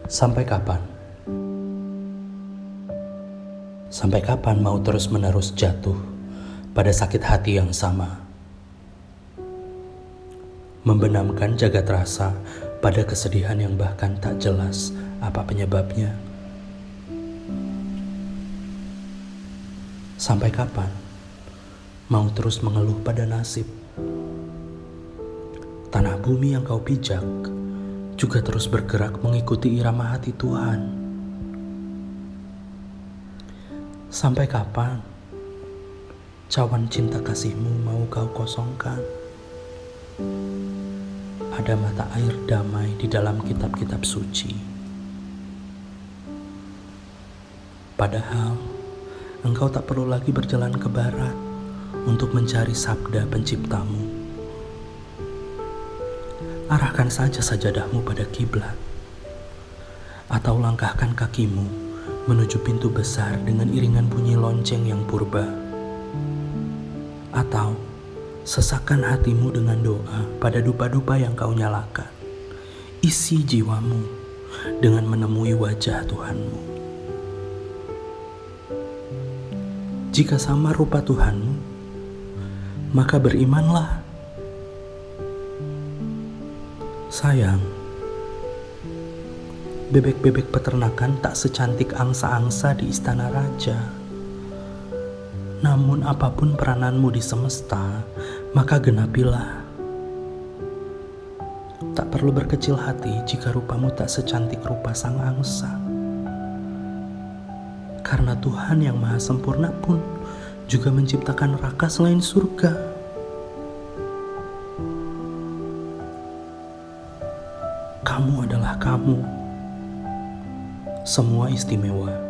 Sampai kapan? Sampai kapan mau terus-menerus jatuh pada sakit hati yang sama? Membenamkan jagat rasa pada kesedihan yang bahkan tak jelas apa penyebabnya. Sampai kapan mau terus mengeluh pada nasib? Tanah bumi yang kau pijak juga terus bergerak mengikuti irama hati Tuhan. Sampai kapan cawan cinta kasihmu mau kau kosongkan? Ada mata air damai di dalam kitab-kitab suci. Padahal engkau tak perlu lagi berjalan ke barat untuk mencari sabda penciptamu. Arahkan saja sajadahmu pada kiblat, atau langkahkan kakimu menuju pintu besar dengan iringan bunyi lonceng yang purba, atau sesakkan hatimu dengan doa pada dupa-dupa yang kau nyalakan. Isi jiwamu dengan menemui wajah Tuhanmu. Jika sama rupa Tuhanmu, maka berimanlah. Sayang, bebek-bebek peternakan tak secantik angsa-angsa di istana raja. Namun apapun perananmu di semesta, maka genapilah. Tak perlu berkecil hati jika rupamu tak secantik rupa sang angsa. Karena Tuhan yang Maha Sempurna pun juga menciptakan neraka selain surga. Kamu adalah kamu, semua istimewa.